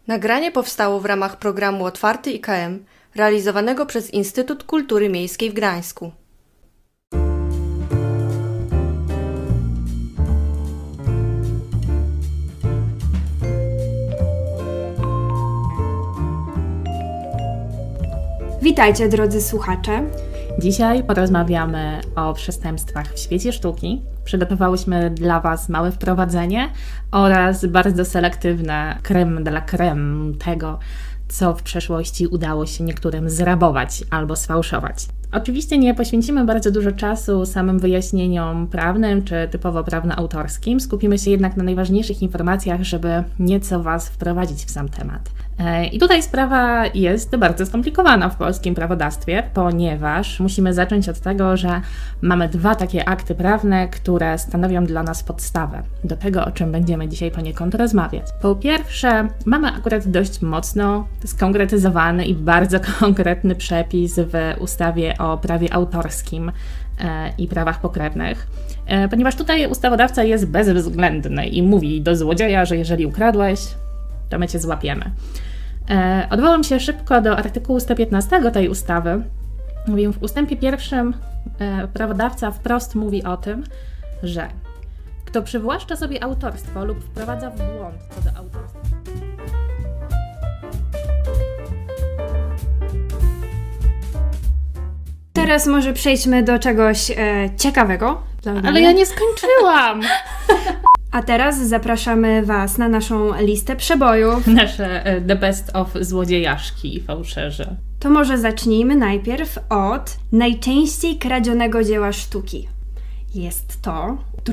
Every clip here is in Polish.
Nagranie powstało w ramach programu Otwarty IKM, realizowanego przez Instytut Kultury Miejskiej w Gdańsku. Witajcie, drodzy słuchacze. Dzisiaj porozmawiamy o przestępstwach w świecie sztuki. Przygotowałyśmy dla Was małe wprowadzenie oraz bardzo selektywne crème de la crème tego, co w przeszłości udało się niektórym zrabować albo sfałszować. Oczywiście nie poświęcimy bardzo dużo czasu samym wyjaśnieniom prawnym czy typowo prawno-autorskim. Skupimy się jednak na najważniejszych informacjach, żeby nieco Was wprowadzić w sam temat. I tutaj sprawa jest bardzo skomplikowana w polskim prawodawstwie, ponieważ musimy zacząć od tego, że mamy dwa takie akty prawne, które stanowią dla nas podstawę do tego, o czym będziemy dzisiaj poniekąd rozmawiać. Po pierwsze, mamy akurat dość mocno skonkretyzowany i bardzo konkretny przepis w ustawie o prawie autorskim i prawach pokrewnych, ponieważ tutaj ustawodawca jest bezwzględny i mówi do złodzieja, że jeżeli ukradłeś, to my Cię złapiemy. Odwołam się szybko do artykułu 115 tej ustawy. W ustępie pierwszym prawodawca wprost mówi o tym, że kto przywłaszcza sobie autorstwo lub wprowadza w błąd co do autorstwa. Teraz może przejdźmy do czegoś ciekawego. Ale ja nie skończyłam! A teraz zapraszamy Was na naszą listę przebojów. Nasze The Best of złodziejaszki i fałszerze. To może zacznijmy najpierw od najczęściej kradzionego dzieła sztuki. Jest to...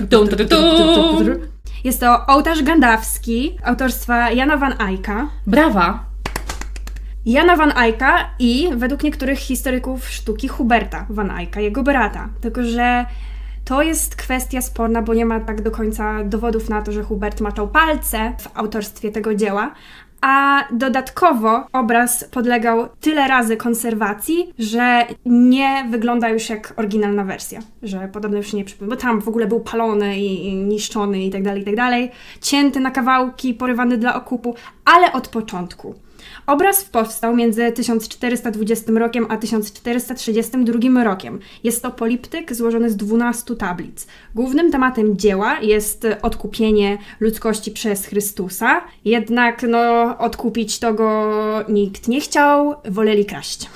Jest to ołtarz gandawski autorstwa Jana van Eycka. Brawa! Jana van Eycka i według niektórych historyków sztuki Huberta van Eycka, jego brata. Tylko że to jest kwestia sporna, bo nie ma tak do końca dowodów na to, że Hubert maczał palce w autorstwie tego dzieła, a dodatkowo obraz podlegał tyle razy konserwacji, że nie wygląda już jak oryginalna wersja, że podobno już nie przypomina, bo tam w ogóle był palony i niszczony i tak dalej, cięty na kawałki, porywany dla okupu, ale od początku. Obraz powstał między 1420 rokiem a 1432 rokiem. Jest to poliptyk złożony z 12 tablic. Głównym tematem dzieła jest odkupienie ludzkości przez Chrystusa, jednak odkupić to go nikt nie chciał, woleli kraść.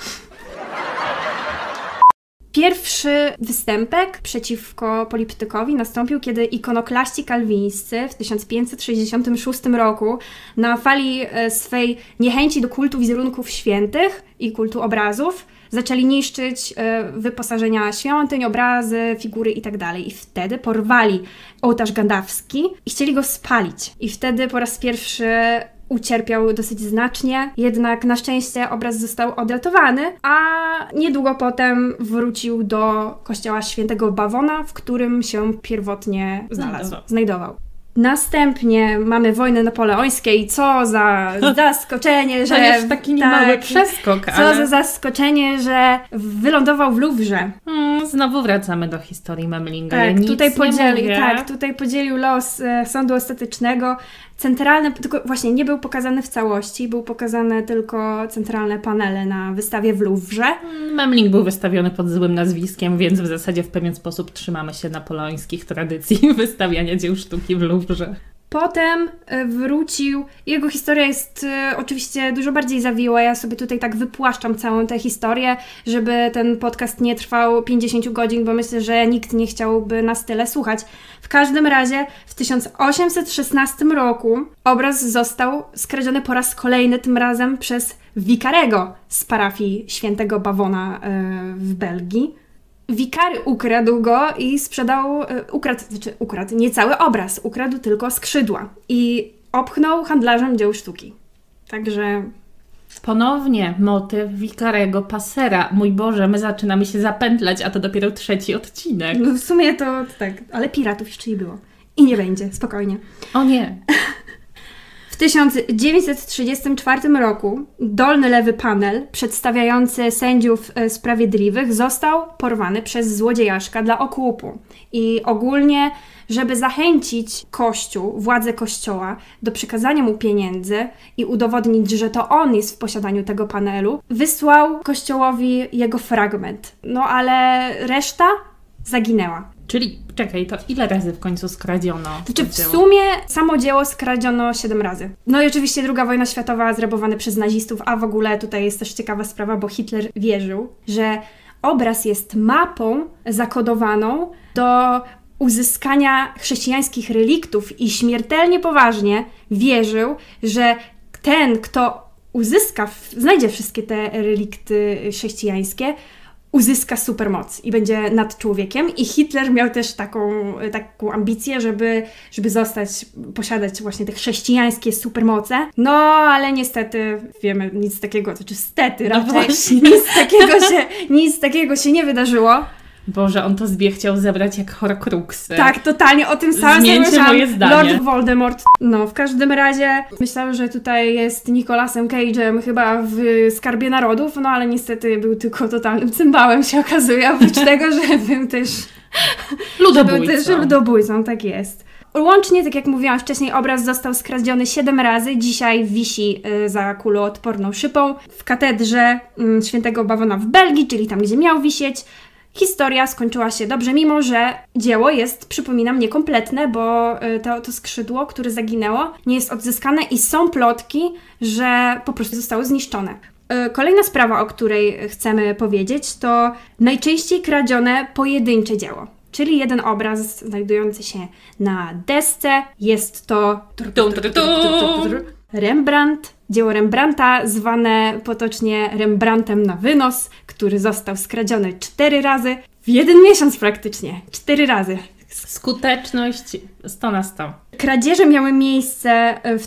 Pierwszy występek przeciwko poliptykowi nastąpił, kiedy ikonoklaści kalwińscy w 1566 roku na fali swej niechęci do kultu wizerunków świętych i kultu obrazów zaczęli niszczyć wyposażenia świątyń, obrazy, figury itd. I wtedy porwali ołtarz gandawski i chcieli go spalić. I wtedy po raz pierwszy ucierpiał dosyć znacznie, jednak na szczęście obraz został odratowany, a niedługo potem wrócił do kościoła świętego Bawona, w którym się pierwotnie znajdował. Następnie mamy wojny napoleońskie i co za zaskoczenie, że... To już taki niemały przeskok, ale... Co za zaskoczenie, że wylądował w Luwrze. Znowu wracamy do historii Memlinga. Tak, tutaj podzielił los sądu ostatecznego. Centralne, tylko właśnie nie był pokazany w całości, był pokazane tylko centralne panele na wystawie w Luwrze. Memling był wystawiony pod złym nazwiskiem, więc w zasadzie w pewien sposób trzymamy się napoleońskich tradycji wystawiania dzieł sztuki w Luwrze. Potem wrócił. Jego historia jest oczywiście dużo bardziej zawiła. Ja sobie tutaj tak wypłaszczam całą tę historię, żeby ten podcast nie trwał 50 godzin, bo myślę, że nikt nie chciałby nas tyle słuchać. W każdym razie w 1816 roku obraz został skradziony po raz kolejny, tym razem przez wikarego z parafii świętego Bawona w Belgii. Wikary ukradł go i sprzedał, ukradł nie cały obraz, ukradł tylko skrzydła i opchnął handlarzem dzieł sztuki. Także... Ponownie motyw wikarego pasera. Mój Boże, my zaczynamy się zapętlać, a to dopiero 3. odcinek. No w sumie to tak, ale piratów jeszcze nie było. I nie będzie, spokojnie. O nie. W 1934 roku dolny lewy panel przedstawiający sędziów sprawiedliwych został porwany przez złodziejaszka dla okupu. I ogólnie żeby zachęcić Kościół, władze Kościoła do przekazania mu pieniędzy i udowodnić, że to on jest w posiadaniu tego panelu, wysłał Kościołowi jego fragment. No ale reszta zaginęła. Czyli, czekaj, to ile razy w końcu skradziono? Znaczy w sumie samo dzieło skradziono 7 razy. No i oczywiście II wojna światowa zrabowana przez nazistów, a w ogóle tutaj jest też ciekawa sprawa, bo Hitler wierzył, że obraz jest mapą zakodowaną do uzyskania chrześcijańskich reliktów i śmiertelnie poważnie wierzył, że ten, kto znajdzie wszystkie te relikty chrześcijańskie, uzyska supermoc i będzie nad człowiekiem. I Hitler miał też taką ambicję, żeby posiadać właśnie te chrześcijańskie supermoce. No, ale niestety, wiemy, nic takiego, to czy stety raczej, nic takiego się nie wydarzyło. Boże, on to chciał zebrać jak Horcruxy. Tak, totalnie, o tym samym Zmieńcie moje zdanie. Lord Voldemort. No, w każdym razie myślałam, że tutaj jest Nicolasem Cage'em chyba w Skarbie Narodów, no ale niestety był tylko totalnym cymbałem, się okazuje, oprócz tego, że był też ludobójcą, tak jest. Łącznie, tak jak mówiłam wcześniej, obraz został skradziony 7 razy. Dzisiaj wisi za kuloodporną szybą w katedrze świętego Bawona w Belgii, czyli tam, gdzie miał wisieć. Historia skończyła się dobrze, mimo że dzieło jest, przypominam, niekompletne, bo to skrzydło, które zaginęło, nie jest odzyskane i są plotki, że po prostu zostało zniszczone. Kolejna sprawa, o której chcemy powiedzieć, to najczęściej kradzione pojedyncze dzieło. Czyli jeden obraz znajdujący się na desce. Jest to Rembrandt. Dzieło Rembrandta, zwane potocznie Rembrandtem na wynos, który został skradziony 4 razy w 1 miesiąc praktycznie. 4 razy. Skuteczność 100 na 100. Kradzieże miały miejsce w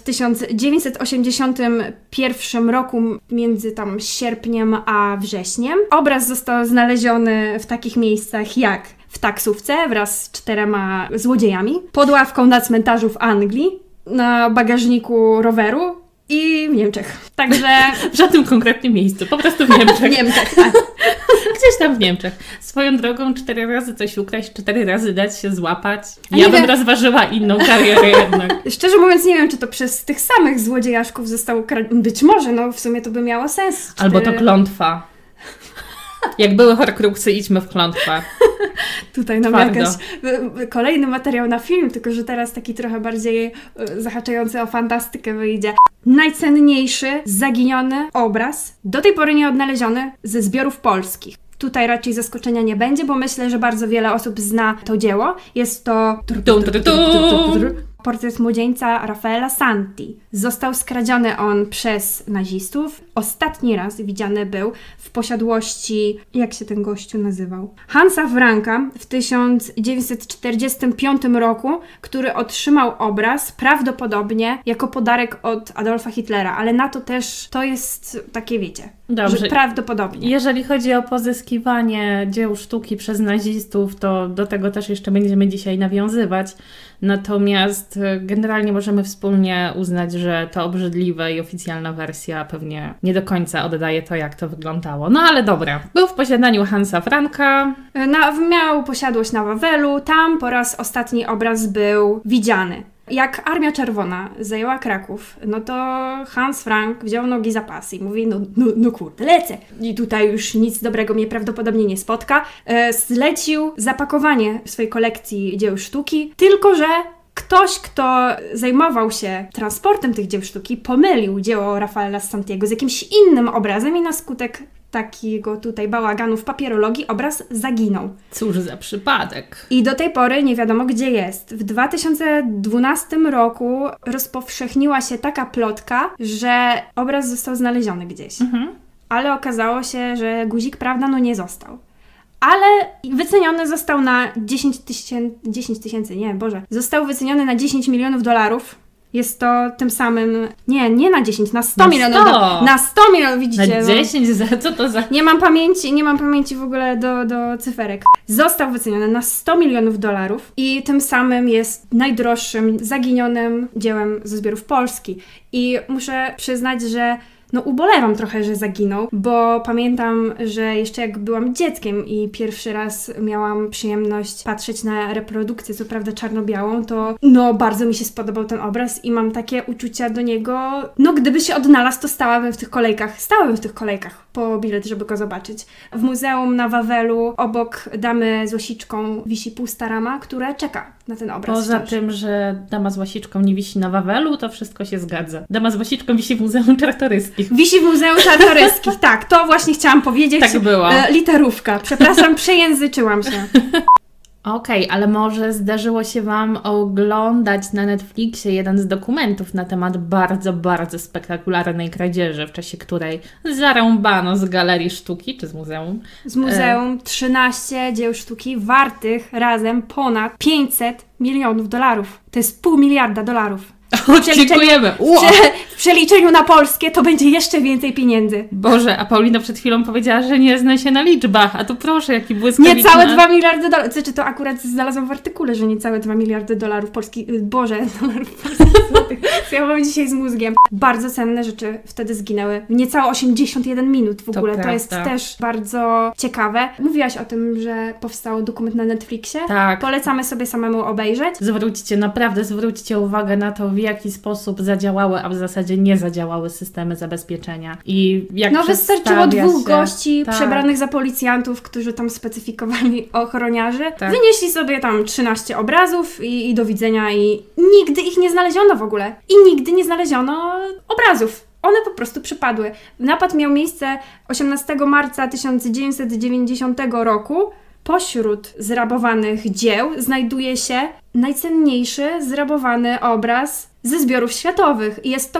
1981 roku między tam sierpniem a wrześniem. Obraz został znaleziony w takich miejscach jak w taksówce wraz z 4 złodziejami, pod ławką na cmentarzu w Anglii, na bagażniku roweru i w Niemczech. Także w żadnym konkretnym miejscu, po prostu w Niemczech. W Niemczech, tak. Gdzieś tam w Niemczech. Swoją drogą 4 razy coś ukraść, 4 razy dać się złapać. Ja bym rozważyła inną karierę jednak. Szczerze mówiąc nie wiem, czy to przez tych samych złodziejaszków zostało Być może, no w sumie to by miało sens. Albo to klątwa. Jak były Horcruxy, idźmy w klątwę. Tutaj nam jakaś kolejny materiał na film, tylko że teraz taki trochę bardziej zahaczający o fantastykę wyjdzie. Najcenniejszy zaginiony obraz, do tej pory nie odnaleziony, ze zbiorów polskich. Tutaj raczej zaskoczenia nie będzie, bo myślę, że bardzo wiele osób zna to dzieło. Jest to portret młodzieńca Raffaella Santi. Został skradziony on przez nazistów. Ostatni raz widziany był w posiadłości, jak się ten gościu nazywał? Hansa Franka w 1945 roku, który otrzymał obraz prawdopodobnie jako podarek od Adolfa Hitlera, ale na to też to jest takie, wiecie, dobrze, że prawdopodobnie. Jeżeli chodzi o pozyskiwanie dzieł sztuki przez nazistów, to do tego też jeszcze będziemy dzisiaj nawiązywać. Natomiast generalnie możemy wspólnie uznać, że to obrzydliwe i oficjalna wersja pewnie nie do końca oddaje to, jak to wyglądało. No ale dobra. Był w posiadaniu Hansa Franka. Miał posiadłość na Wawelu. Tam po raz ostatni obraz był widziany. Jak Armia Czerwona zajęła Kraków, no to Hans Frank wziął nogi za pas i mówi, no kurde, lecę. I tutaj już nic dobrego mnie prawdopodobnie nie spotka. Zlecił zapakowanie swojej kolekcji dzieł sztuki, tylko że ktoś, kto zajmował się transportem tych dzieł sztuki, pomylił dzieło Raffaella Santiego z jakimś innym obrazem i na skutek takiego tutaj bałaganu w papierologii obraz zaginął. Cóż za przypadek. I do tej pory nie wiadomo, gdzie jest. W 2012 roku rozpowszechniła się taka plotka, że obraz został znaleziony gdzieś. Ale okazało się, że guzik, prawda, nie został. Ale wyceniony został na został wyceniony na $10 milionów. Jest to tym samym, nie na 10, na 100 milionów. Na 100 milionów, widzicie. Na 10? Co to za... Nie mam pamięci w ogóle do cyferek. Został wyceniony na $100 milionów i tym samym jest najdroższym zaginionym dziełem ze zbiorów Polski. I muszę przyznać, że no ubolewam trochę, że zaginął, bo pamiętam, że jeszcze jak byłam dzieckiem i pierwszy raz miałam przyjemność patrzeć na reprodukcję, co prawda czarno-białą, to no bardzo mi się spodobał ten obraz i mam takie uczucia do niego, no gdyby się odnalazł, to stałabym w tych kolejkach po bilet, żeby go zobaczyć. W muzeum na Wawelu obok Damy z łasiczką wisi pusta rama, która czeka na ten obraz. Poza tym, że Dama z łasiczką nie wisi na Wawelu, to wszystko się zgadza. Dama z łasiczką wisi w Muzeum Czartoryskich. Wisi w Muzeum Czartoryskich, tak, to właśnie chciałam powiedzieć. Tak było. Literówka, przepraszam, przejęzyczyłam się. Okej, ale może zdarzyło się Wam oglądać na Netflixie jeden z dokumentów na temat bardzo, bardzo spektakularnej kradzieży, w czasie której zarąbano z Galerii Sztuki, czy z muzeum? Z muzeum 13 dzieł sztuki wartych razem ponad $500 milionów. To jest $500 miliarda. Dziękujemy! W przeliczeniu na polskie to będzie jeszcze więcej pieniędzy. Boże, a Paulina przed chwilą powiedziała, że nie zna się na liczbach, a tu proszę, jaki błyskawiczny. Niecałe $2 miliardy. Znaczy to akurat znalazłam w artykule, że niecałe $2 miliardy polskich... Boże, dolarów polskich złotych. Ja mam dzisiaj z mózgiem. Bardzo cenne rzeczy wtedy zginęły. Niecałe 81 minut w ogóle. To jest też bardzo ciekawe. Mówiłaś o tym, że powstał dokument na Netflixie. Tak. Polecamy sobie samemu obejrzeć. Zwróćcie uwagę na to, w jaki sposób zadziałały, a w zasadzie nie zadziałały systemy zabezpieczenia. I jak wystarczyło 2 gości tak. przebranych za policjantów, którzy tam specyfikowali ochroniarzy. Tak. Wynieśli sobie tam 13 obrazów i do widzenia i nigdy ich nie znaleziono w ogóle. I nigdy nie znaleziono obrazów. One po prostu przypadły. Napad miał miejsce 18 marca 1990 roku. Pośród zrabowanych dzieł znajduje się najcenniejszy zrabowany obraz ze zbiorów światowych. I jest to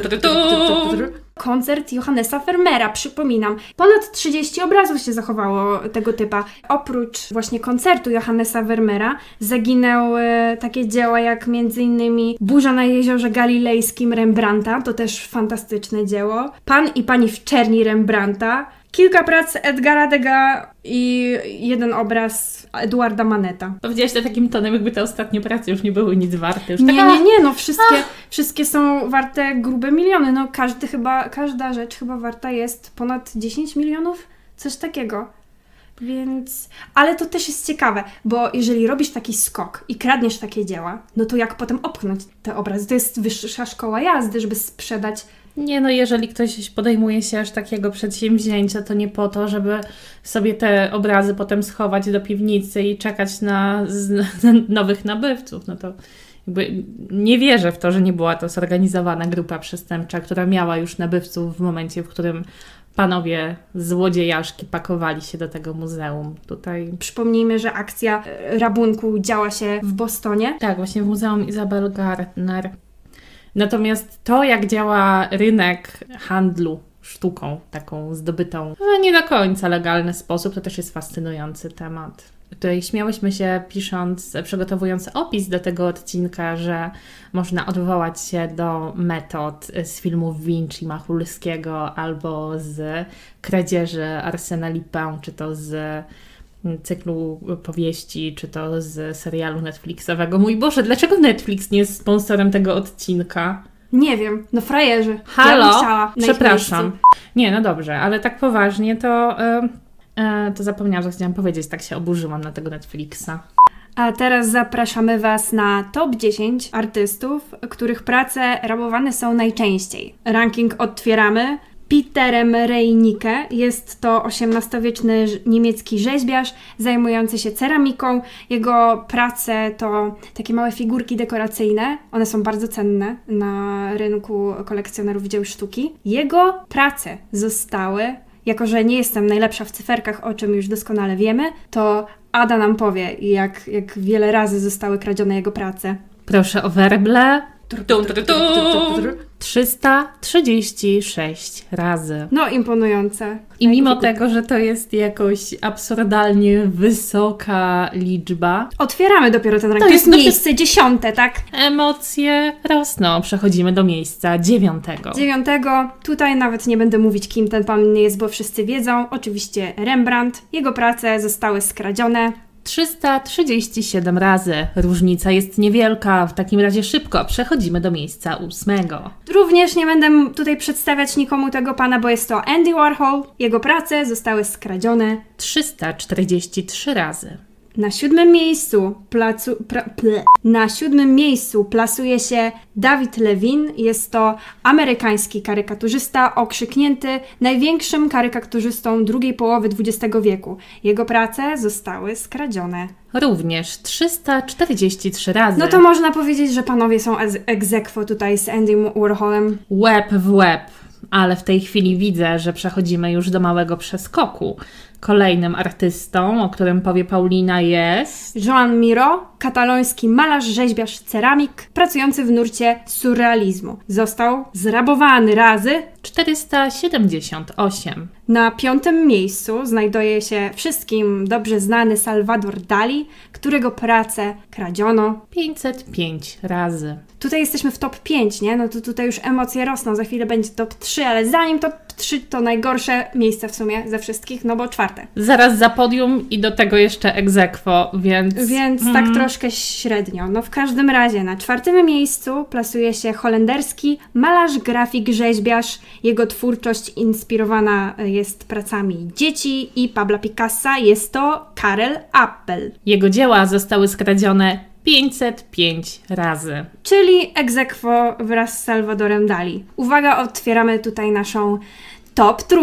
koncert Johannesa Vermeera, przypominam. Ponad 30 obrazów się zachowało tego typa. Oprócz właśnie koncertu Johannesa Vermeera zaginęły takie dzieła jak m.in. Burza na jeziorze galilejskim Rembrandta, to też fantastyczne dzieło. Pan i pani w czerni Rembrandta. Kilka prac Edgara Degas i jeden obraz Eduarda Maneta. Powiedziałaś to takim tonem, jakby te ostatnie prace już nie były nic warte. Już nie, no wszystkie są warte grube miliony. No każda rzecz chyba warta jest ponad 10 milionów, coś takiego. Więc... Ale to też jest ciekawe, bo jeżeli robisz taki skok i kradniesz takie dzieła, no to jak potem opchnąć te obrazy? To jest wyższa szkoła jazdy, żeby sprzedać. Nie, no jeżeli ktoś podejmuje się aż takiego przedsięwzięcia, to nie po to, żeby sobie te obrazy potem schować do piwnicy i czekać na nowych nabywców. No to jakby nie wierzę w to, że nie była to zorganizowana grupa przestępcza, która miała już nabywców w momencie, w którym panowie złodziejaszki pakowali się do tego muzeum. Tutaj przypomnijmy, że akcja rabunku działa się w Bostonie. Tak, właśnie w Muzeum Isabel Gardner. Natomiast to, jak działa rynek handlu sztuką, taką zdobytą w nie do końca legalny sposób, to też jest fascynujący temat. Tutaj śmiałyśmy się, przygotowując opis do tego odcinka, że można odwołać się do metod z filmów Vinci Machulskiego albo z kradzieży Arsène Lupin, czy to z cyklu powieści, czy to z serialu Netflixowego. Mój Boże, dlaczego Netflix nie jest sponsorem tego odcinka? Nie wiem, no frajerzy. Halo? Ja bym chciała Przepraszam. Nie, no dobrze, ale tak poważnie to zapomniałam, że chciałam powiedzieć, tak się oburzyłam na tego Netflixa. A teraz zapraszamy Was na top 10 artystów, których prace rabowane są najczęściej. Ranking otwieramy Peterem Reinike. Jest to XVIII-wieczny niemiecki rzeźbiarz zajmujący się ceramiką. Jego prace to takie małe figurki dekoracyjne. One są bardzo cenne na rynku kolekcjonerów dzieł sztuki. Jego prace zostały, jako że nie jestem najlepsza w cyferkach, o czym już doskonale wiemy, to Ada nam powie, jak wiele razy zostały kradzione jego prace. Proszę o werble. 336 razy. No, imponujące. I mimo tego, że to jest jakoś absurdalnie wysoka liczba, otwieramy dopiero ten ranking. To jest miejsce 10, tak? Emocje rosną. Przechodzimy do miejsca 9. Tutaj nawet nie będę mówić, kim ten pan jest, bo wszyscy wiedzą. Oczywiście Rembrandt. Jego prace zostały skradzione. 337 razy. Różnica jest niewielka, w takim razie szybko przechodzimy do miejsca 8. Również nie będę tutaj przedstawiać nikomu tego pana, bo jest to Andy Warhol. Jego prace zostały skradzione 343 razy. Na 7. miejscu plasuje się David Levine. Jest to amerykański karykaturzysta okrzyknięty największym karykaturzystą drugiej połowy XX wieku. Jego prace zostały skradzione Również 343 razy. No to można powiedzieć, że panowie są ex aequo tutaj z Andym Warholem. Łeb w łeb. Ale w tej chwili widzę, że przechodzimy już do małego przeskoku. Kolejnym artystą, o którym powie Paulina, jest Joan Miró, kataloński malarz, rzeźbiarz, ceramik, pracujący w nurcie surrealizmu. Został zrabowany razy 478. Na 5. miejscu znajduje się wszystkim dobrze znany Salvador Dali, którego pracę kradziono 505 razy. Tutaj jesteśmy w top 5, nie? No to tutaj już emocje rosną, za chwilę będzie top 3, ale zanim top 3 to najgorsze miejsce w sumie ze wszystkich, no bo 4. Zaraz za podium i do tego jeszcze ex aequo, więc tak troszkę średnio. No w każdym razie na 4. miejscu plasuje się holenderski malarz, grafik, rzeźbiarz. Jego twórczość inspirowana jest pracami dzieci i Pabla Picassa. Jest to Karel Appel. Jego dzieła zostały skradzione 505 razy. Czyli ex aequo wraz z Salvadorem Dali. Uwaga, otwieramy tutaj naszą top 3.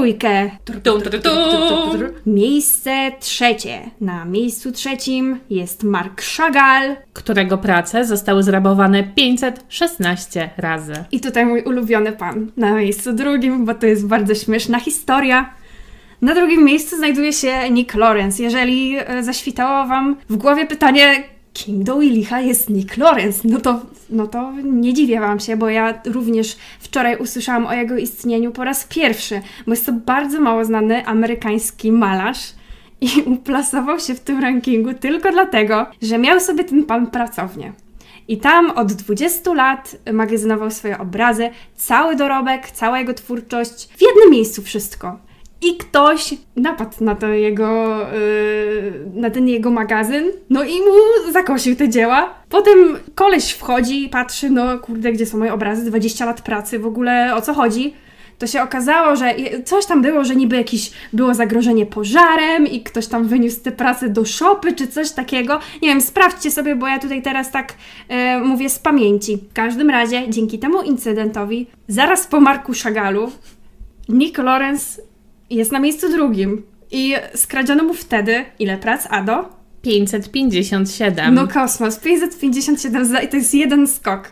Miejsce 3. Na miejscu 3 jest Marc Chagall, którego prace zostały zrabowane 516 razy. I tutaj mój ulubiony pan na miejscu 2, bo to jest bardzo śmieszna historia. Na 2. miejscu znajduje się Nick Lawrence. Jeżeli zaświtało wam w głowie pytanie, kim do licha jest Nick Lawrence? No to nie dziwię wam się, bo ja również wczoraj usłyszałam o jego istnieniu po raz pierwszy, bo jest to bardzo mało znany amerykański malarz i uplasował się w tym rankingu tylko dlatego, że miał sobie ten pan pracownię. I tam od 20 lat magazynował swoje obrazy, cały dorobek, cała jego twórczość, w jednym miejscu wszystko. I ktoś napadł na ten jego magazyn, no i mu zakosił te dzieła. Potem koleś wchodzi i patrzy, no kurde, gdzie są moje obrazy, 20 lat pracy, w ogóle o co chodzi? To się okazało, że coś tam było, że niby jakieś było zagrożenie pożarem i ktoś tam wyniósł te prace do szopy, czy coś takiego. Nie wiem, sprawdźcie sobie, bo ja tutaj teraz tak mówię z pamięci. W każdym razie, dzięki temu incydentowi, zaraz po Marcu Chagallu, Nick Lawrence jest na miejscu 2 i skradziono mu wtedy ile prac, Ado? 557. No kosmos, 557 i to jest jeden skok.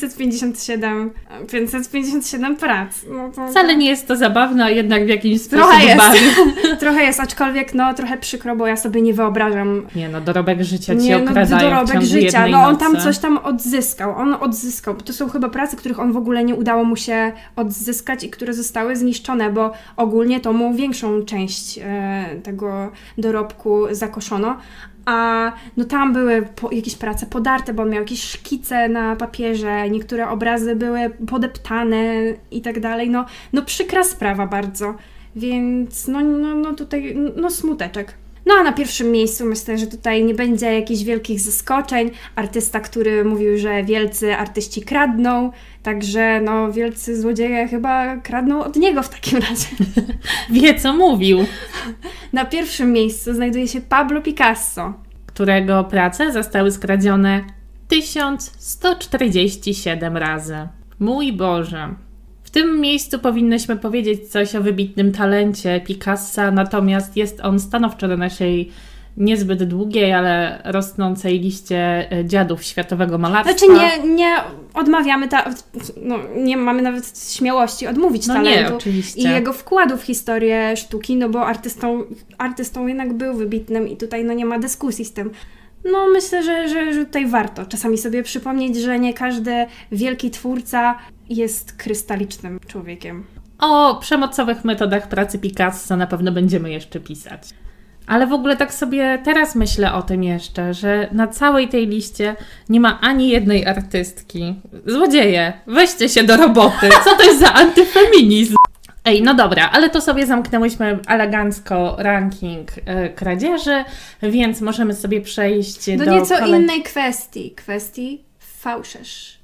557 prac. No to... Wcale nie jest to zabawne, a jednak w jakimś sposób trochę jest. bawi. Trochę jest, aczkolwiek no trochę przykro, bo ja sobie nie wyobrażam. Nie no, dorobek życia ci okradają dorobek w życia. jednej No on nocy. tam coś tam odzyskał. To są chyba prace, których on w ogóle nie udało mu się odzyskać i które zostały zniszczone, bo ogólnie to mu większą część tego dorobku zakoszono. A no tam były jakieś prace podarte, bo on miał jakieś szkice na papierze, niektóre obrazy były podeptane i tak dalej. No przykra sprawa bardzo, więc no tutaj smuteczek. No a na 1. miejscu myślę, że tutaj nie będzie jakichś wielkich zaskoczeń. Artysta, który mówił, że wielcy artyści kradną, także no wielcy złodzieje chyba kradną od niego w takim razie. Wie co mówił. Na 1. miejscu znajduje się Pablo Picasso, którego prace zostały skradzione 1147 razy. Mój Boże. W tym miejscu powinnyśmy powiedzieć coś o wybitnym talencie Picassa, natomiast jest on stanowczo na naszej niezbyt długiej, ale rosnącej liście dziadów światowego malarstwa. Znaczy nie odmawiamy, nie mamy nawet śmiałości odmówić talentu nie, oczywiście. I jego wkładu w historię sztuki, no bo artystą jednak był wybitnym i tutaj nie ma dyskusji z tym. No myślę, że tutaj warto czasami sobie przypomnieć, że nie każdy wielki twórca jest krystalicznym człowiekiem. O przemocowych metodach pracy Picassa na pewno będziemy jeszcze pisać. Ale w ogóle tak sobie teraz myślę o tym jeszcze, że na całej tej liście nie ma ani jednej artystki. Złodzieje, weźcie się do roboty. Co to jest za antyfeminizm? Ej, no dobra, ale to sobie zamknęłyśmy elegancko ranking kradzieży, więc możemy sobie przejść do nieco innej kwestii fałszerstw.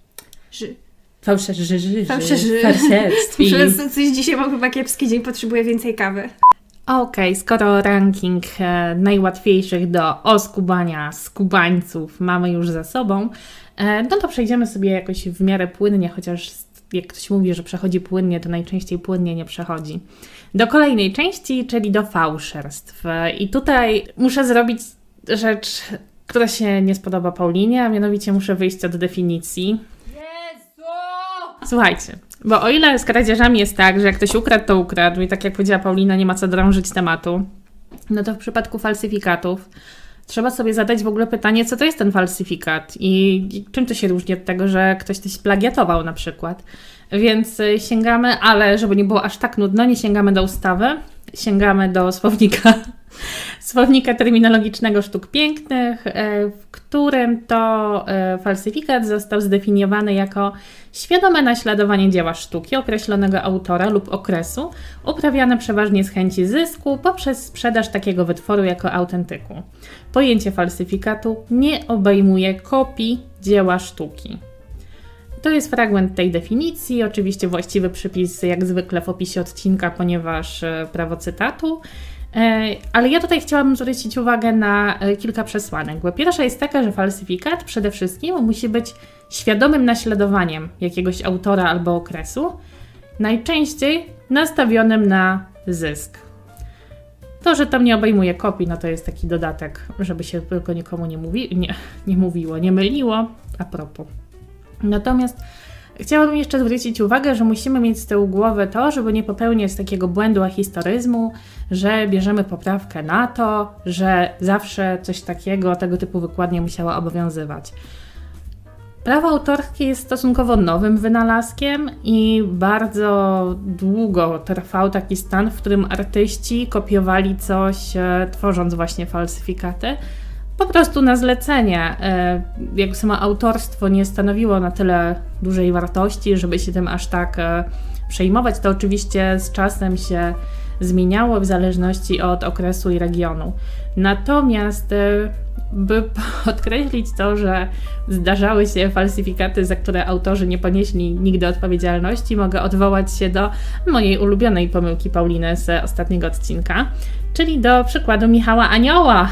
Fałszerstwi. Coś dzisiaj mam chyba kiepski dzień, potrzebuję więcej kawy. Okej, skoro ranking najłatwiejszych do oskubania skubańców mamy już za sobą, no to przejdziemy sobie jakoś w miarę płynnie, chociaż jak ktoś mówi, że przechodzi płynnie, to najczęściej płynnie nie przechodzi. Do kolejnej części, czyli do fałszerstw. I tutaj muszę zrobić rzecz, która się nie spodoba Paulinie, a mianowicie muszę wyjść od definicji. Jezu! Słuchajcie, bo o ile z kradzieżami jest tak, że jak ktoś ukradł, to ukradł i tak jak powiedziała Paulina, nie ma co drążyć tematu, no to w przypadku falsyfikatów trzeba sobie zadać w ogóle pytanie, co to jest ten falsyfikat i czym to się różni od tego, że ktoś coś plagiatował na przykład. Więc sięgamy, ale żeby nie było aż tak nudno, nie sięgamy do ustawy, sięgamy do słownika terminologicznego sztuk pięknych, w którym to falsyfikat został zdefiniowany jako świadome naśladowanie dzieła sztuki określonego autora lub okresu, uprawiane przeważnie z chęci zysku poprzez sprzedaż takiego wytworu jako autentyku. Pojęcie falsyfikatu nie obejmuje kopii dzieła sztuki. To jest fragment tej definicji, oczywiście właściwy przypis jak zwykle w opisie odcinka, ponieważ prawo cytatu. Ale ja tutaj chciałabym zwrócić uwagę na kilka przesłanek. Bo pierwsza jest taka, że falsyfikat przede wszystkim musi być świadomym naśladowaniem jakiegoś autora albo okresu, najczęściej nastawionym na zysk. To, że tam nie obejmuje kopii, no to jest taki dodatek, żeby się tylko nikomu nie myliło, a propos. Natomiast chciałabym jeszcze zwrócić uwagę, że musimy mieć z tyłu głowy to, żeby nie popełniać takiego błędu ahistoryzmu, że bierzemy poprawkę na to, że zawsze coś takiego, tego typu wykładnia musiała obowiązywać. Prawo autorskie jest stosunkowo nowym wynalazkiem i bardzo długo trwał taki stan, w którym artyści kopiowali coś, tworząc właśnie falsyfikaty, po prostu na zlecenie. Jak samo autorstwo nie stanowiło na tyle dużej wartości, żeby się tym aż tak przejmować, to oczywiście z czasem się zmieniało w zależności od okresu i regionu. Natomiast by podkreślić to, że zdarzały się falsyfikaty, za które autorzy nie ponieśli nigdy odpowiedzialności, mogę odwołać się do mojej ulubionej pomyłki Pauliny z ostatniego odcinka, czyli do przykładu Michała Anioła.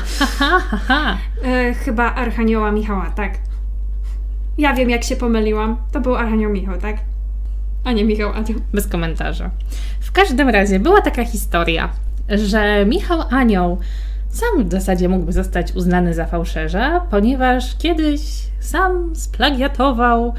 Chyba Archanioła Michała, tak. Ja wiem, jak się pomyliłam. To był Archanioł Michał, tak? A nie Michał Anioł. Bez komentarza. W każdym razie była taka historia, że Michał Anioł sam w zasadzie mógłby zostać uznany za fałszerza, ponieważ kiedyś sam splagiatował,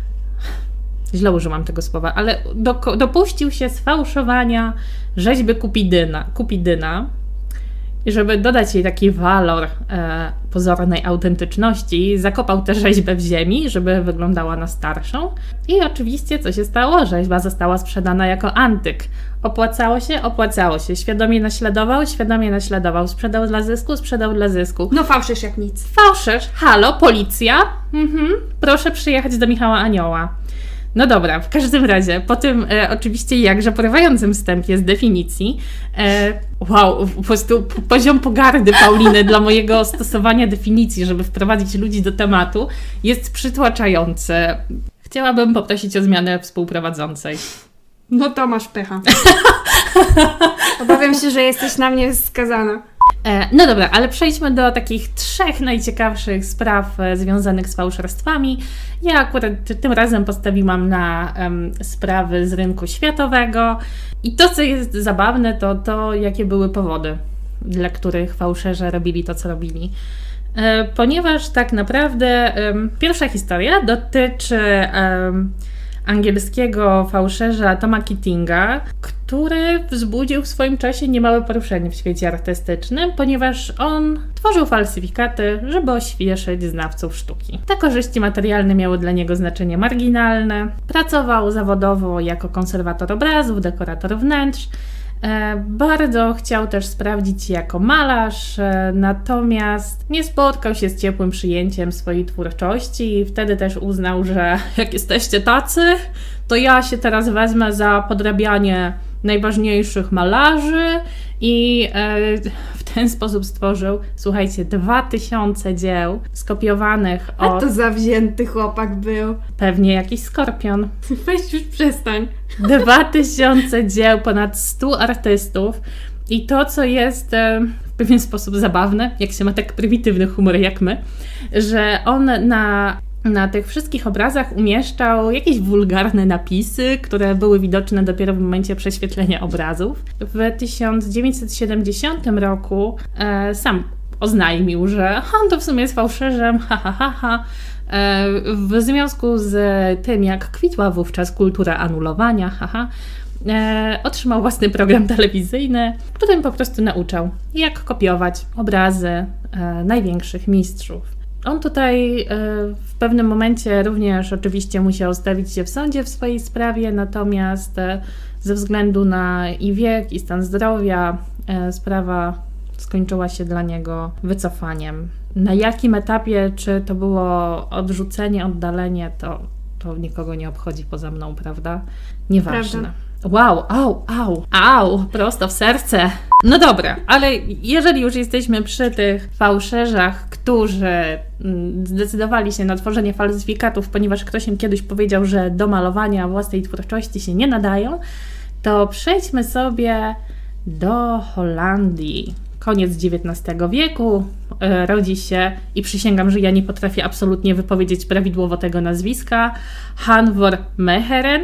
źle użyłam tego słowa, ale dopuścił się sfałszowania rzeźby Kupidyna i żeby dodać jej taki walor pozornej autentyczności, zakopał tę rzeźbę w ziemi, żeby wyglądała na starszą. I oczywiście co się stało? Rzeźba została sprzedana jako antyk. Opłacało się? Opłacało się. Świadomie naśladował. Sprzedał dla zysku. No fałszerz jak nic. Fałszerz. Halo, policja? Proszę przyjechać do Michała Anioła. No dobra, w każdym razie, po tym oczywiście jakże porywającym wstępie z definicji, wow, po prostu poziom pogardy Pauliny dla mojego stosowania definicji, żeby wprowadzić ludzi do tematu, jest przytłaczający. Chciałabym poprosić o zmianę współprowadzącej. No to masz pecha. Obawiam się, że jesteś na mnie skazana. No dobra, ale przejdźmy do takich 3 najciekawszych spraw związanych z fałszerstwami. Ja akurat tym razem postawiłam na sprawy z rynku światowego i to, co jest zabawne, to jakie były powody, dla których fałszerze robili to, co robili. Ponieważ tak naprawdę pierwsza historia dotyczy angielskiego fałszerza Toma Keatinga, który wzbudził w swoim czasie niemałe poruszenie w świecie artystycznym, ponieważ on tworzył falsyfikaty, żeby oświeszyć znawców sztuki. Te korzyści materialne miały dla niego znaczenie marginalne. Pracował zawodowo jako konserwator obrazów, dekorator wnętrz. Bardzo chciał też sprawdzić się jako malarz, natomiast nie spotkał się z ciepłym przyjęciem swojej twórczości i wtedy też uznał, że jak jesteście tacy, to ja się teraz wezmę za podrabianie najważniejszych malarzy i w ten sposób stworzył, słuchajcie, 2000 dzieł skopiowanych A od... to zawzięty chłopak był. Pewnie jakiś skorpion. Weź już przestań. 2000 dzieł, ponad 100 artystów i to, co jest w pewien sposób zabawne, jak się ma tak prymitywny humor jak my, że on na tych wszystkich obrazach umieszczał jakieś wulgarne napisy, które były widoczne dopiero w momencie prześwietlenia obrazów. W 1970 roku sam oznajmił, że on to w sumie jest fałszerzem, w związku z tym, jak kwitła wówczas kultura anulowania, otrzymał własny program telewizyjny, w którym po prostu nauczał, jak kopiować obrazy największych mistrzów. On tutaj w pewnym momencie również oczywiście musiał stawić się w sądzie w swojej sprawie, natomiast ze względu na i wiek, i stan zdrowia sprawa skończyła się dla niego wycofaniem. Na jakim etapie, czy to było odrzucenie, oddalenie, to nikogo nie obchodzi poza mną, prawda? Nieważne. Prawda. Wow, au, prosto w serce. No dobra, ale jeżeli już jesteśmy przy tych fałszerzach, którzy zdecydowali się na tworzenie falsyfikatów, ponieważ ktoś im kiedyś powiedział, że do malowania własnej twórczości się nie nadają, to przejdźmy sobie do Holandii. Koniec XIX wieku, rodzi się, i przysięgam, że ja nie potrafię absolutnie wypowiedzieć prawidłowo tego nazwiska, Halvor Mechelen,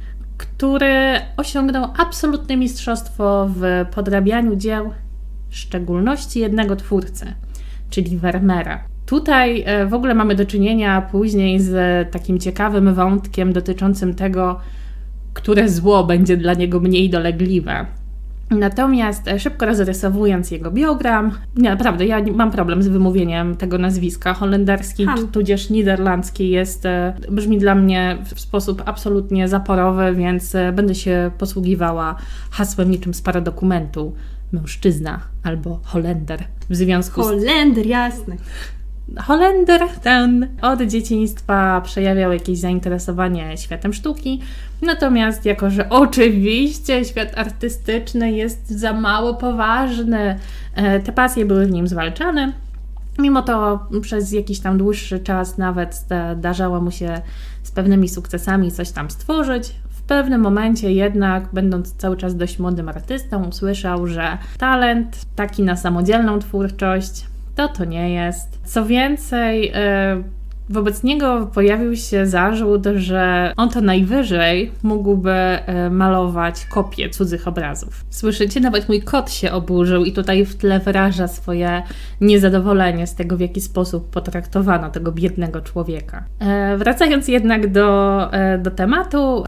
który osiągnął absolutne mistrzostwo w podrabianiu dzieł, w szczególności jednego twórcy, czyli Vermeera. Tutaj w ogóle mamy do czynienia później z takim ciekawym wątkiem dotyczącym tego, które zło będzie dla niego mniej dolegliwe. Natomiast szybko rozrysowując jego biogram, nie, naprawdę, ja mam problem z wymówieniem tego nazwiska. Holenderski, tudzież niderlandzki brzmi dla mnie w sposób absolutnie zaporowy, więc będę się posługiwała hasłem niczym z paradokumentu. Mężczyzna albo Holender. W związku z... Holender, jasne. Holender ten od dzieciństwa przejawiał jakieś zainteresowanie światem sztuki, natomiast jako, że oczywiście świat artystyczny jest za mało poważny, te pasje były w nim zwalczane. Mimo to przez jakiś tam dłuższy czas nawet zdarzało mu się z pewnymi sukcesami coś tam stworzyć. W pewnym momencie jednak, będąc cały czas dość młodym artystą, usłyszał, że talent taki na samodzielną twórczość to nie jest. Co więcej, wobec niego pojawił się zarzut, że on to najwyżej mógłby malować kopie cudzych obrazów. Słyszycie? Nawet mój kot się oburzył i tutaj w tle wyraża swoje niezadowolenie z tego, w jaki sposób potraktowano tego biednego człowieka. Wracając jednak do tematu,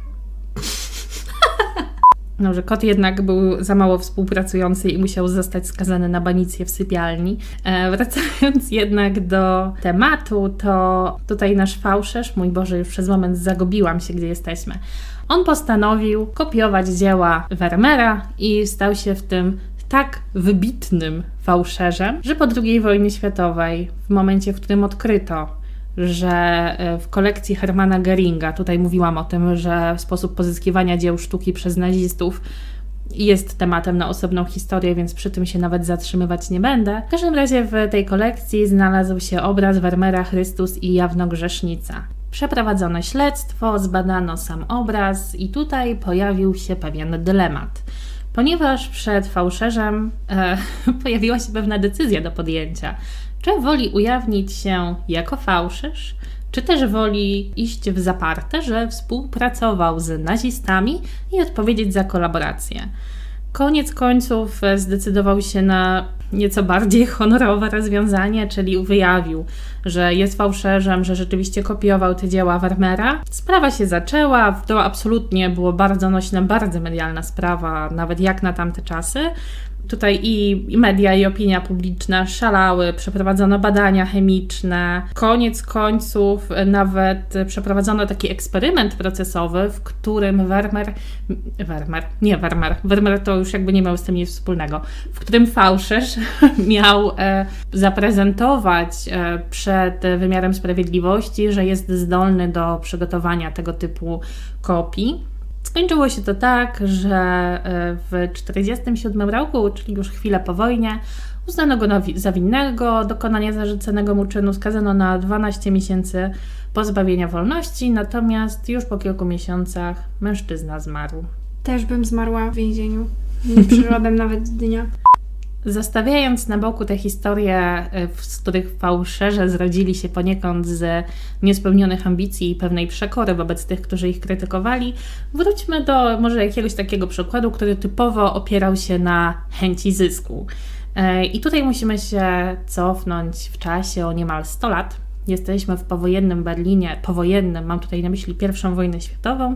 no, że kot jednak był za mało współpracujący i musiał zostać skazany na banicję w sypialni. Wracając jednak do tematu, to tutaj nasz fałszerz, mój Boże, już przez moment zagubiłam się, gdzie jesteśmy. On postanowił kopiować dzieła Vermeera i stał się w tym tak wybitnym fałszerzem, że po II wojnie światowej, w momencie, w którym odkryto, że w kolekcji Hermana Göringa, tutaj mówiłam o tym, że sposób pozyskiwania dzieł sztuki przez nazistów jest tematem na osobną historię, więc przy tym się nawet zatrzymywać nie będę. W każdym razie w tej kolekcji znalazł się obraz Vermeera Chrystus i Jawnogrzesznica. Przeprowadzono śledztwo, zbadano sam obraz i tutaj pojawił się pewien dylemat. Ponieważ przed fałszerzem pojawiła się pewna decyzja do podjęcia. Czy woli ujawnić się jako fałszerz, czy też woli iść w zaparte, że współpracował z nazistami i odpowiedzieć za kolaborację. Koniec końców zdecydował się na nieco bardziej honorowe rozwiązanie, czyli wyjawił, że jest fałszerzem, że rzeczywiście kopiował te dzieła Vermeera. Sprawa się zaczęła, to absolutnie było bardzo nośna, bardzo medialna sprawa, nawet jak na tamte czasy. Tutaj i media, i opinia publiczna szalały, przeprowadzono badania chemiczne. Koniec końców nawet przeprowadzono taki eksperyment procesowy, w którym Vermeer to już jakby nie miał z tym nic wspólnego, w którym fałszerz miał zaprezentować przed wymiarem sprawiedliwości, że jest zdolny do przygotowania tego typu kopii. Skończyło się to tak, że w 1947 roku, czyli już chwilę po wojnie, uznano go za winnego dokonania zarzuconego mu czynu, skazano na 12 miesięcy pozbawienia wolności, natomiast już po kilku miesiącach mężczyzna zmarł. Też bym zmarła w więzieniu. Nie przeżyłabym nawet dnia. Zostawiając na boku te historie, z których fałszerze zrodzili się poniekąd z niespełnionych ambicji i pewnej przekory wobec tych, którzy ich krytykowali, wróćmy do może jakiegoś takiego przykładu, który typowo opierał się na chęci zysku. I tutaj musimy się cofnąć w czasie o niemal 100 lat. Jesteśmy w powojennym Berlinie, mam tutaj na myśli I wojnę światową.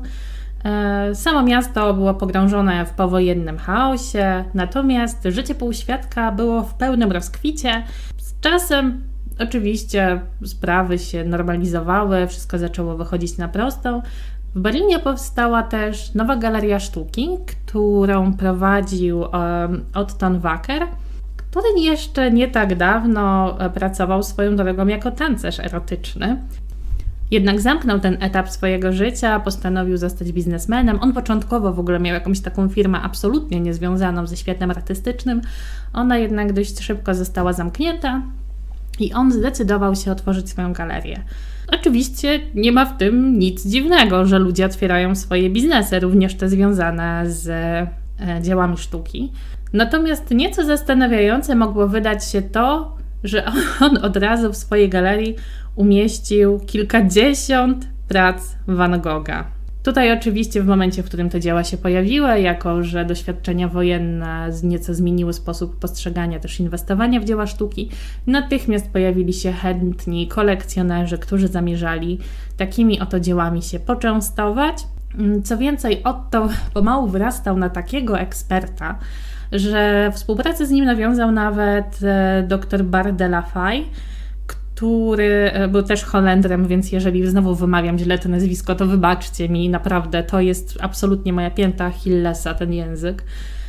Samo miasto było pogrążone w powojennym chaosie, natomiast życie półświadka było w pełnym rozkwicie. Z czasem oczywiście sprawy się normalizowały, wszystko zaczęło wychodzić na prostą. W Berlinie powstała też nowa galeria sztuki, którą prowadził Otton Wacker, który jeszcze nie tak dawno pracował swoją drogą jako tancerz erotyczny. Jednak zamknął ten etap swojego życia, postanowił zostać biznesmenem. On początkowo w ogóle miał jakąś taką firmę absolutnie niezwiązaną ze światem artystycznym. Ona jednak dość szybko została zamknięta i on zdecydował się otworzyć swoją galerię. Oczywiście nie ma w tym nic dziwnego, że ludzie otwierają swoje biznesy, również te związane z dziełami sztuki. Natomiast nieco zastanawiające mogło wydać się to, że on od razu w swojej galerii umieścił kilkadziesiąt prac Van Gogha. Tutaj oczywiście w momencie, w którym te dzieła się pojawiły, jako że doświadczenia wojenne nieco zmieniły sposób postrzegania, też inwestowania w dzieła sztuki, natychmiast pojawili się chętni kolekcjonerzy, którzy zamierzali takimi oto dziełami się poczęstować. Co więcej, Otto pomału wyrastał na takiego eksperta, że współpracę z nim nawiązał nawet dr Bar de la Faye, który był też Holendrem, więc jeżeli znowu wymawiam źle to nazwisko, to wybaczcie mi, naprawdę to jest absolutnie moja pięta Achillesa, ten język.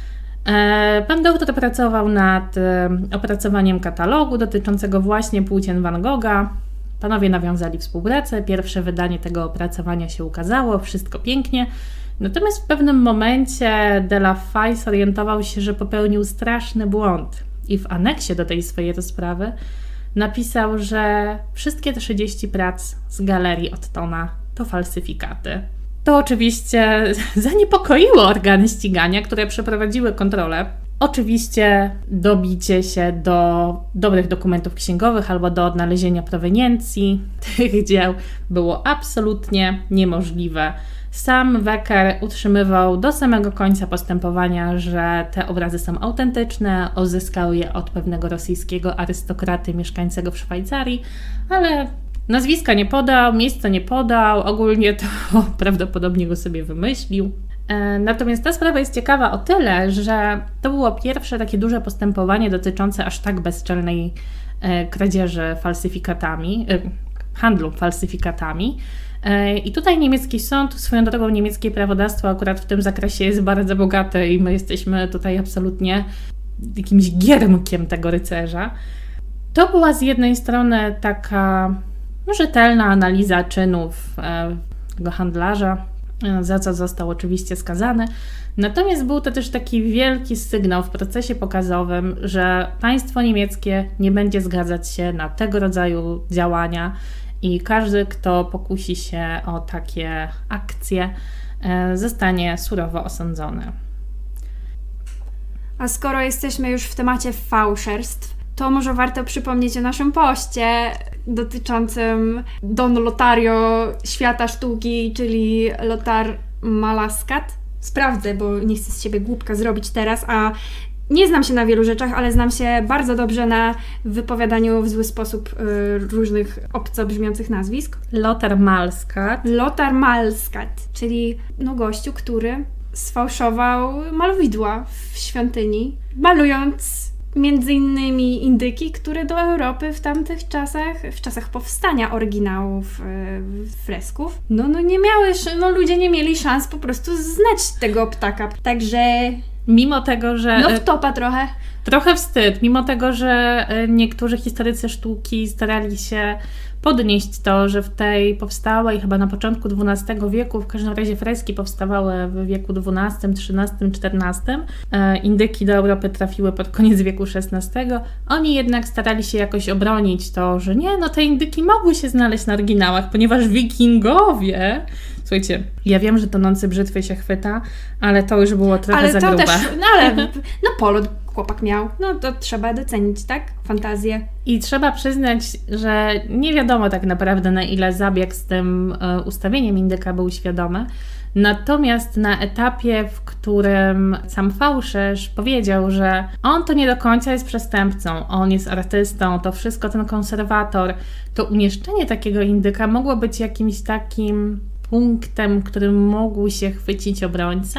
Pan doktor pracował nad opracowaniem katalogu dotyczącego właśnie płócien Van Gogha. Panowie nawiązali współpracę, pierwsze wydanie tego opracowania się ukazało, wszystko pięknie. Natomiast w pewnym momencie de la Faye zorientował się, że popełnił straszny błąd i w aneksie do tej swojej rozprawy napisał, że wszystkie 30 prac z galerii Ottona to falsyfikaty. To oczywiście zaniepokoiło organy ścigania, które przeprowadziły kontrolę. Oczywiście dobicie się do dobrych dokumentów księgowych albo do odnalezienia proweniencji tych dzieł było absolutnie niemożliwe. Sam Wacker utrzymywał do samego końca postępowania, że te obrazy są autentyczne, uzyskał je od pewnego rosyjskiego arystokraty mieszkającego w Szwajcarii, ale nazwiska nie podał, miejsca nie podał, ogólnie to prawdopodobnie go sobie wymyślił. Natomiast ta sprawa jest ciekawa o tyle, że to było pierwsze takie duże postępowanie dotyczące aż tak bezczelnej kradzieży falsyfikatami, handlu falsyfikatami. I tutaj niemiecki sąd, swoją drogą niemieckie prawodawstwo akurat w tym zakresie jest bardzo bogate i my jesteśmy tutaj absolutnie jakimś giermkiem tego rycerza. To była z jednej strony taka rzetelna analiza czynów tego handlarza, za co został oczywiście skazany. Natomiast był to też taki wielki sygnał w procesie pokazowym, że państwo niemieckie nie będzie zgadzać się na tego rodzaju działania i każdy, kto pokusi się o takie akcje, zostanie surowo osądzony. A skoro jesteśmy już w temacie fałszerstw, to może warto przypomnieć o naszym poście dotyczącym Don Lotario świata sztuki, czyli Lothar Malascat. Sprawdzę, bo nie chcę z siebie głupka zrobić teraz, a nie znam się na wielu rzeczach, ale znam się bardzo dobrze na wypowiadaniu w zły sposób różnych obco brzmiących nazwisk. Lothar Malascat. Lothar Malascat, czyli gościu, który sfałszował malowidła w świątyni, malując między innymi indyki, które do Europy w tamtych czasach, w czasach powstania oryginałów fresków, nie miały, ludzie nie mieli szans po prostu znać tego ptaka. Także mimo tego, że wtopa trochę. Trochę wstyd, mimo tego, że niektórzy historycy sztuki starali się podnieść to, że w tej powstałej chyba na początku XII wieku, w każdym razie freski powstawały w wieku XII, XIII, XIV. Indyki do Europy trafiły pod koniec wieku XVI. Oni jednak starali się jakoś obronić to, że nie, no te indyki mogły się znaleźć na oryginałach, ponieważ wikingowie... Słuchajcie, ja wiem, że tonący brzytwy się chwyta, ale to już było trochę za grube. Ale na polu chłopak miał, no to trzeba docenić, tak? Fantazję. I trzeba przyznać, że nie wiadomo tak naprawdę, na ile zabieg z tym ustawieniem indyka był świadomy. Natomiast na etapie, w którym sam fałszerz powiedział, że on to nie do końca jest przestępcą, on jest artystą, to wszystko ten konserwator, to umieszczenie takiego indyka mogło być jakimś takim punktem, którym mógł się chwycić obrońca.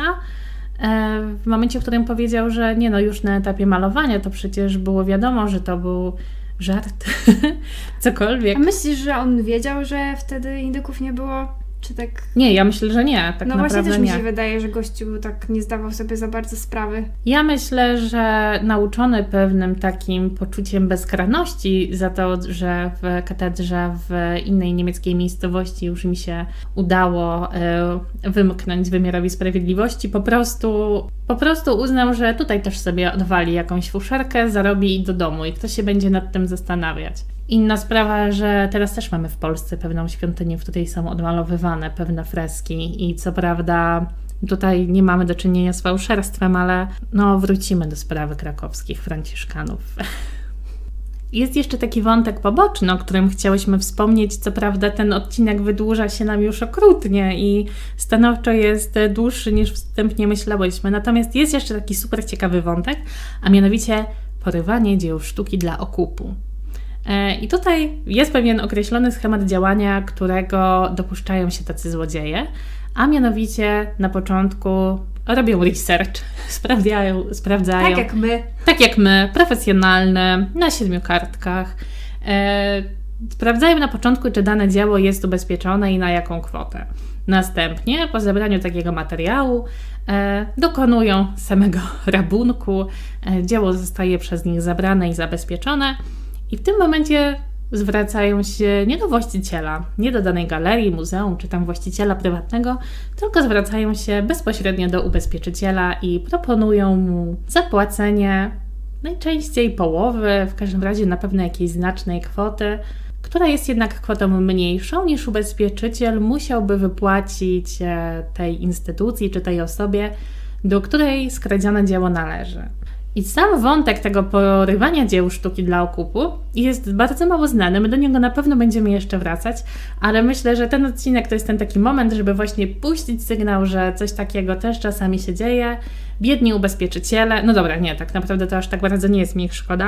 W momencie, w którym powiedział, że nie no, już na etapie malowania to przecież było wiadomo, że to był żart, cokolwiek. A myślisz, że on wiedział, że wtedy indyków nie było? Czy tak... Nie, ja myślę, że nie. Tak no naprawdę właśnie też mi się nie. wydaje, że gościu tak nie zdawał sobie za bardzo sprawy. Ja myślę, że nauczony pewnym takim poczuciem bezkarności za to, że w katedrze w innej niemieckiej miejscowości już mi się udało wymknąć wymiarowi sprawiedliwości, po prostu uznał, że tutaj też sobie odwali jakąś fuszerkę, zarobi i do domu i kto się będzie nad tym zastanawiać. Inna sprawa, że teraz też mamy w Polsce pewną świątynię, w której są odmalowywane pewne freski i co prawda tutaj nie mamy do czynienia z fałszerstwem, ale no wrócimy do sprawy krakowskich franciszkanów. Jest jeszcze taki wątek poboczny, o którym chciałyśmy wspomnieć. Co prawda ten odcinek wydłuża się nam już okrutnie i stanowczo jest dłuższy niż wstępnie myślałyśmy. Natomiast jest jeszcze taki super ciekawy wątek, a mianowicie porywanie dzieł sztuki dla okupu. I tutaj jest pewien określony schemat działania, którego dopuszczają się tacy złodzieje, a mianowicie na początku robią research, sprawdzają. Tak jak my, profesjonalne, na 7 kartkach. Sprawdzają na początku, czy dane dzieło jest ubezpieczone i na jaką kwotę. Następnie, po zebraniu takiego materiału, dokonują samego rabunku, dzieło zostaje przez nich zabrane i zabezpieczone. I w tym momencie zwracają się nie do właściciela, nie do danej galerii, muzeum czy tam właściciela prywatnego, tylko zwracają się bezpośrednio do ubezpieczyciela i proponują mu zapłacenie najczęściej połowy, w każdym razie na pewno jakiejś znacznej kwoty, która jest jednak kwotą mniejszą niż ubezpieczyciel musiałby wypłacić tej instytucji czy tej osobie, do której skradzione dzieło należy. I sam wątek tego porywania dzieł sztuki dla okupu jest bardzo mało znany, my do niego na pewno będziemy jeszcze wracać, ale myślę, że ten odcinek to jest ten taki moment, żeby właśnie puścić sygnał, że coś takiego też czasami się dzieje. Biedni ubezpieczyciele, no dobra, nie, tak naprawdę to aż tak bardzo nie jest mi ich szkoda,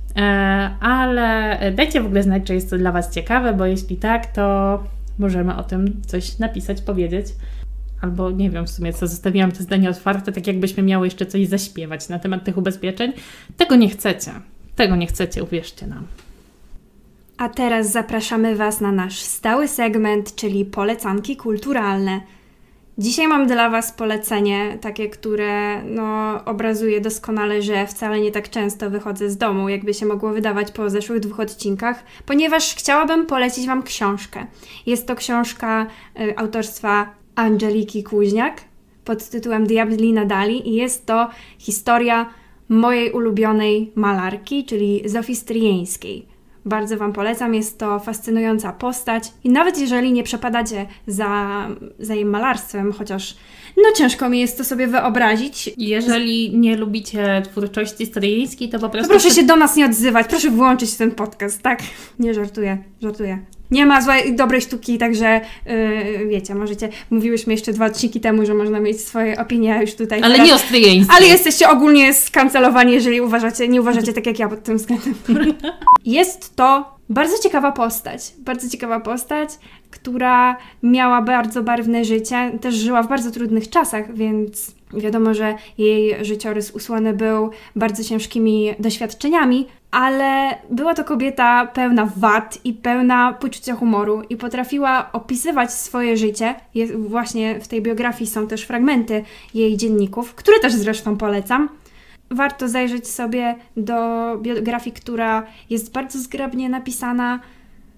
ale dajcie w ogóle znać, czy jest to dla Was ciekawe, bo jeśli tak, to możemy o tym coś napisać, powiedzieć. Albo nie wiem w sumie, co zostawiłam to zdanie otwarte, tak jakbyśmy miały jeszcze coś zaśpiewać na temat tych ubezpieczeń. Tego nie chcecie, uwierzcie nam. A teraz zapraszamy Was na nasz stały segment, czyli polecanki kulturalne. Dzisiaj mam dla Was polecenie, takie, które obrazuje doskonale, że wcale nie tak często wychodzę z domu, jakby się mogło wydawać po zeszłych 2 odcinkach, ponieważ chciałabym polecić Wam książkę. Jest to książka autorstwa Angeliki Kuźniak pod tytułem Diabli na Dali i jest to historia mojej ulubionej malarki, czyli Zofii Stryjeńskiej. Bardzo Wam polecam, jest to fascynująca postać i nawet jeżeli nie przepadacie za jej malarstwem, chociaż ciężko mi jest to sobie wyobrazić. Jeżeli nie lubicie twórczości stryjeńskiej, to po prostu... To proszę się do nas nie odzywać, proszę wyłączyć ten podcast, tak? Nie, żartuję. Nie ma złej, dobrej sztuki, także wiecie, mówiłyśmy jeszcze 2 odcinki temu, że można mieć swoje opinie już tutaj. Ale nie o stryjeńskiej. Ale jesteście ogólnie skancelowani, jeżeli nie uważacie tak jak ja pod tym względem. Jest to bardzo ciekawa postać, która miała bardzo barwne życie, też żyła w bardzo trudnych czasach, więc wiadomo, że jej życiorys usłony był bardzo ciężkimi doświadczeniami, ale była to kobieta pełna wad i pełna poczucia humoru i potrafiła opisywać swoje życie. Właśnie w tej biografii są też fragmenty jej dzienników, które też zresztą polecam. Warto zajrzeć sobie do biografii, która jest bardzo zgrabnie napisana.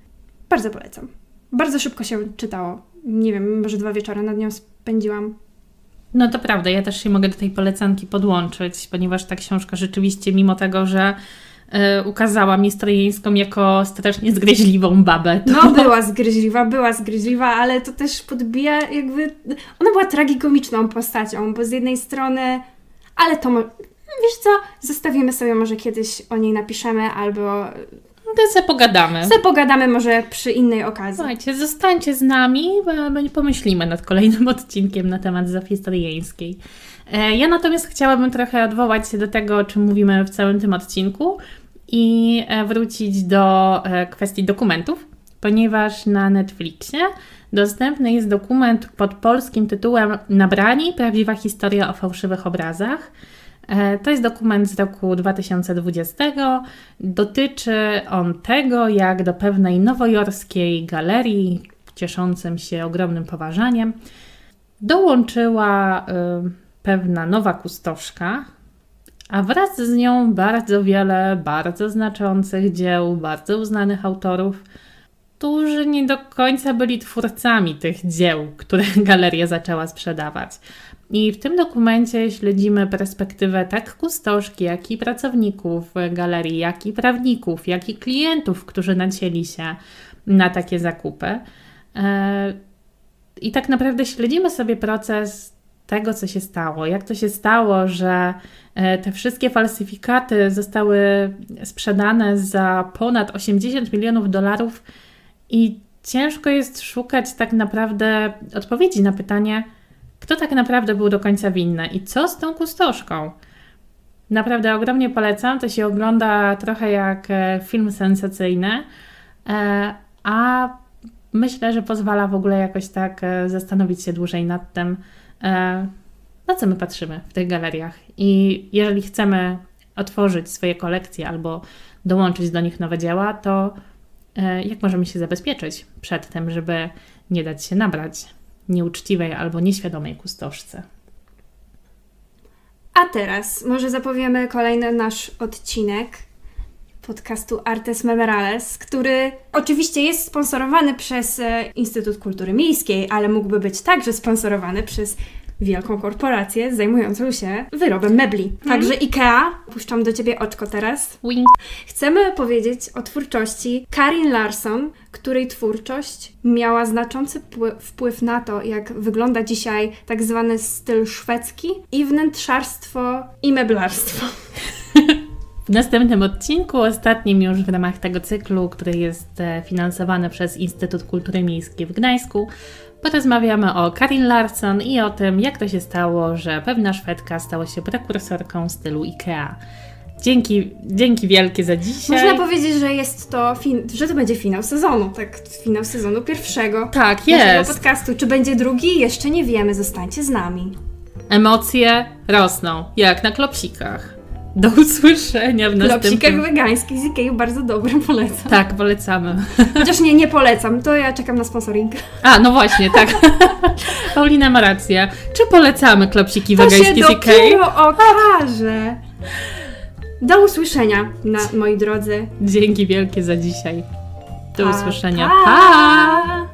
Bardzo polecam. Bardzo szybko się czytało. Nie wiem, może 2 wieczory nad nią spędziłam. No to prawda, ja też się mogę do tej polecanki podłączyć, ponieważ ta książka rzeczywiście, mimo tego, że ukazała mi Stryjeńską jako strasznie zgryźliwą babę. To... No była zgryźliwa, ale to też podbija jakby... Ona była tragikomiczną postacią, bo z jednej strony... Ale to... Wiesz co? Zostawimy sobie, może kiedyś o niej napiszemy, albo... To pogadamy może przy innej okazji. Słuchajcie, zostańcie z nami, bo my pomyślimy nad kolejnym odcinkiem na temat Zofii Stryjeńskiej. Ja natomiast chciałabym trochę odwołać się do tego, o czym mówimy w całym tym odcinku i wrócić do kwestii dokumentów, ponieważ na Netflixie dostępny jest dokument pod polskim tytułem Nabrani. Prawdziwa historia o fałszywych obrazach. To jest dokument z roku 2020. Dotyczy on tego, jak do pewnej nowojorskiej galerii, cieszącym się ogromnym poważaniem, dołączyła pewna nowa kustoszka, a wraz z nią bardzo wiele bardzo znaczących dzieł, bardzo uznanych autorów, którzy nie do końca byli twórcami tych dzieł, które galeria zaczęła sprzedawać. I w tym dokumencie śledzimy perspektywę tak kustoszki, jak i pracowników galerii, jak i prawników, jak i klientów, którzy nacięli się na takie zakupy. I tak naprawdę śledzimy sobie proces tego, co się stało. Jak to się stało, że te wszystkie falsyfikaty zostały sprzedane za ponad $80 milionów i ciężko jest szukać tak naprawdę odpowiedzi na pytanie, kto tak naprawdę był do końca winny i co z tą kustoszką. Naprawdę ogromnie polecam. To się ogląda trochę jak film sensacyjny, a myślę, że pozwala w ogóle jakoś tak zastanowić się dłużej nad tym, na co my patrzymy w tych galeriach. I jeżeli chcemy otworzyć swoje kolekcje albo dołączyć do nich nowe dzieła, to jak możemy się zabezpieczyć przed tym, żeby nie dać się nabrać nieuczciwej albo nieświadomej kustoszce. A teraz może zapowiemy kolejny nasz odcinek podcastu Artes Memorales, który oczywiście jest sponsorowany przez Instytut Kultury Miejskiej, ale mógłby być także sponsorowany przez wielką korporację zajmującą się wyrobem mebli. Także IKEA, puszczam do Ciebie oczko teraz. Wink. Chcemy powiedzieć o twórczości Karin Larsson, której twórczość miała znaczący wpływ na to, jak wygląda dzisiaj tak zwany styl szwedzki i wnętrzarstwo i meblarstwo. W następnym odcinku, ostatnim już w ramach tego cyklu, który jest finansowany przez Instytut Kultury Miejskiej w Gdańsku, porozmawiamy o Karin Larsson i o tym, jak to się stało, że pewna Szwedka stała się prekursorką stylu IKEA. Dzięki wielkie za dzisiaj. Można powiedzieć, że jest to, że to będzie finał sezonu, tak, finał sezonu pierwszego. Tak, naszego jest. podcastu. Czy będzie drugi? Jeszcze nie wiemy, zostańcie z nami. Emocje rosną, jak na klopsikach. Do usłyszenia w następnym... Klopsikach wegańskich z Ikei, bardzo dobre, polecam. Tak, polecamy. Chociaż nie polecam, to ja czekam na sponsoring. A, no właśnie, tak. Paulina ma rację. Czy polecamy klopsiki wegańskie z Ikei? To się dopiero okaże. Do usłyszenia, moi drodzy. Dzięki wielkie za dzisiaj. Do usłyszenia. Pa!